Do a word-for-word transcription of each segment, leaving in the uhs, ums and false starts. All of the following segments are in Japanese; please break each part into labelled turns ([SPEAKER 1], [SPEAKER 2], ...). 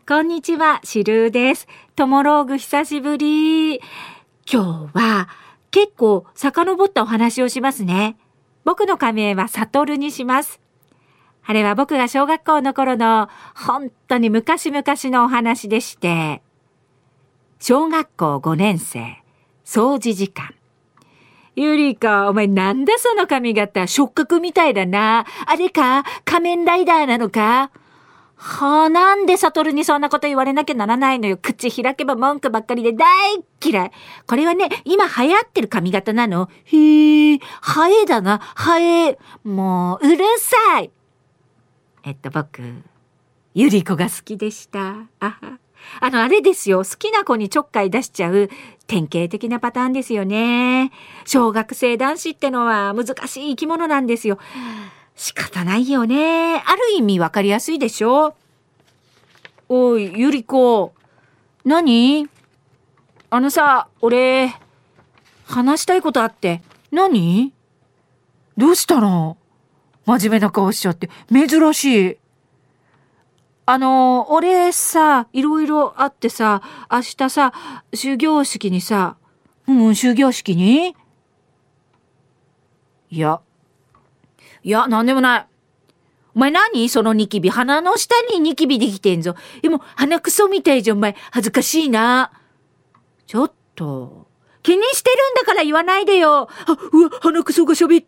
[SPEAKER 1] こんにちは、しるーです。トモローグ久しぶり。今日は結構遡ったお話をしますね。僕の仮名はサトルにします。あれは僕が小学校の頃の本当に昔々のお話でして、小学校ごねん生、掃除時間。ゆりか、お前なんだその髪型、触覚みたいだな。あれか、仮面ライダーなのか。はあ、なんでサトルにそんなこと言われなきゃならないのよ。口開けば文句ばっかりで大嫌い。これはね、今流行ってる髪型なの。へえ、ハエだな、ハエ。もう、うるさい。えっと、僕、ゆり子が好きでした。あは。あの、あれですよ。好きな子にちょっかい出しちゃう典型的なパターンですよね。小学生男子ってのは難しい生き物なんですよ。仕方ないよね。ある意味わかりやすいでしょ。おい、ゆり子。何？あのさ、俺、話したいことあって。何？どうしたの？真面目な顔しちゃって。珍しい。あの、俺さ、いろいろあってさ、明日さ、終業式にさ、うん、終業式に？いや、いや、なんでもない。お前何？そのニキビ。鼻の下にニキビできてんぞ。でも、鼻くそみたいじゃん、お前。恥ずかしいな。ちょっと。気にしてるんだから言わないでよ。あ、うわ、鼻くそが喋った。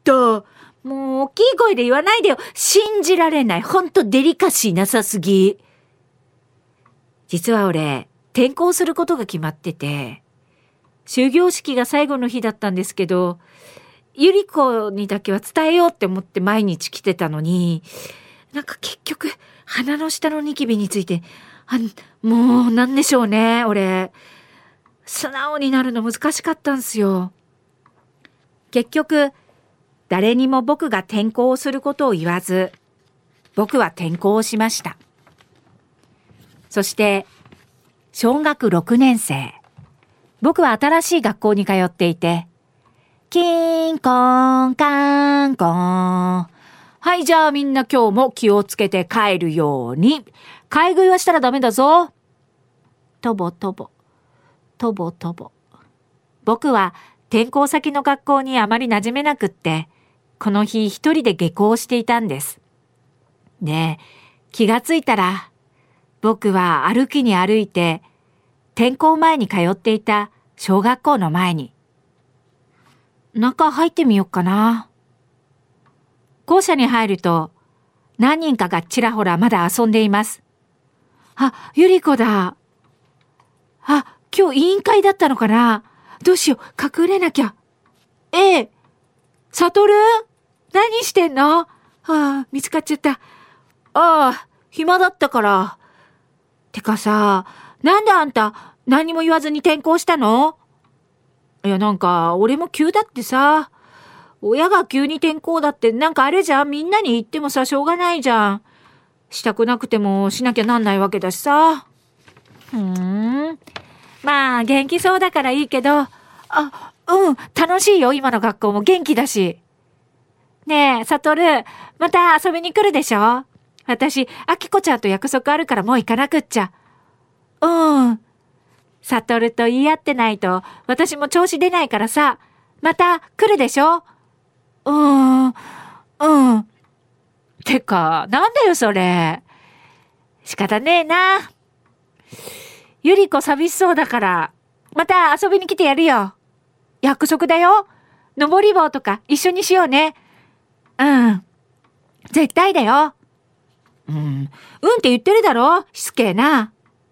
[SPEAKER 1] もう、大きい声で言わないでよ。信じられない。ほんとデリカシーなさすぎ。実は俺、転校することが決まってて、終業式が最後の日だったんですけど、ゆり子にだけは伝えようって思って毎日来てたのに、なんか結局鼻の下のニキビについて、あ、もうなんでしょうね、俺。素直になるの難しかったんすよ。結局、誰にも僕が転校をすることを言わず、僕は転校をしました。そして、小学ろくねん生。僕は新しい学校に通っていて、キンコンカンコン。はい、じゃあみんな今日も気をつけて帰るように。買い食いはしたらダメだぞ。とぼとぼ、とぼとぼ。僕は転校先の学校にあまり馴染めなくって、この日一人で下校していたんです。で、気がついたら、僕は歩きに歩いて、転校前に通っていた小学校の前に、中入ってみよっかな。校舎に入ると、何人かがちらほらまだ遊んでいます。あ、ゆり子だ。あ、今日委員会だったのかな。どうしよう、隠れなきゃ。ええ、サトル？何してんの？ああ、見つかっちゃった。ああ、暇だったから。てかさ、なんであんた何も言わずに転校したの？いや、なんか俺も急だってさ。親が急に転校だってなんかあれじゃん。みんなに言ってもさ、しょうがないじゃん。したくなくてもしなきゃなんないわけだしさ。ふーん。まあ元気そうだからいいけど、あ、うん、楽しいよ。今の学校も元気だし。ねえ、サトル、また遊びに来るでしょ？私、アキコちゃんと約束あるからもう行かなくっちゃ。うん。サトルと言い合ってないと私も調子出ないからさ、また来るでしょ？うーん、うん。てか、なんだよそれ。仕方ねえな。ゆり子寂しそうだから、また遊びに来てやるよ。約束だよ。登り棒とか一緒にしようね。うん。絶対だよ。うん。うんって言ってるだろ？しつけえな。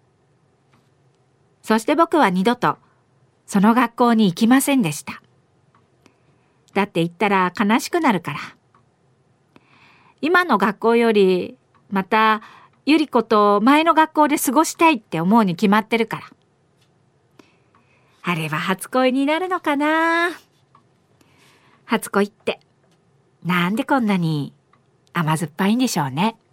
[SPEAKER 1] そして僕は二度と、その学校に行きませんでした。だって行ったら悲しくなるから。今の学校より、また、ゆり子と前の学校で過ごしたいって思うに決まってるから。あれは初恋になるのかな？初恋って、なんでこんなに甘酸っぱいんでしょうね。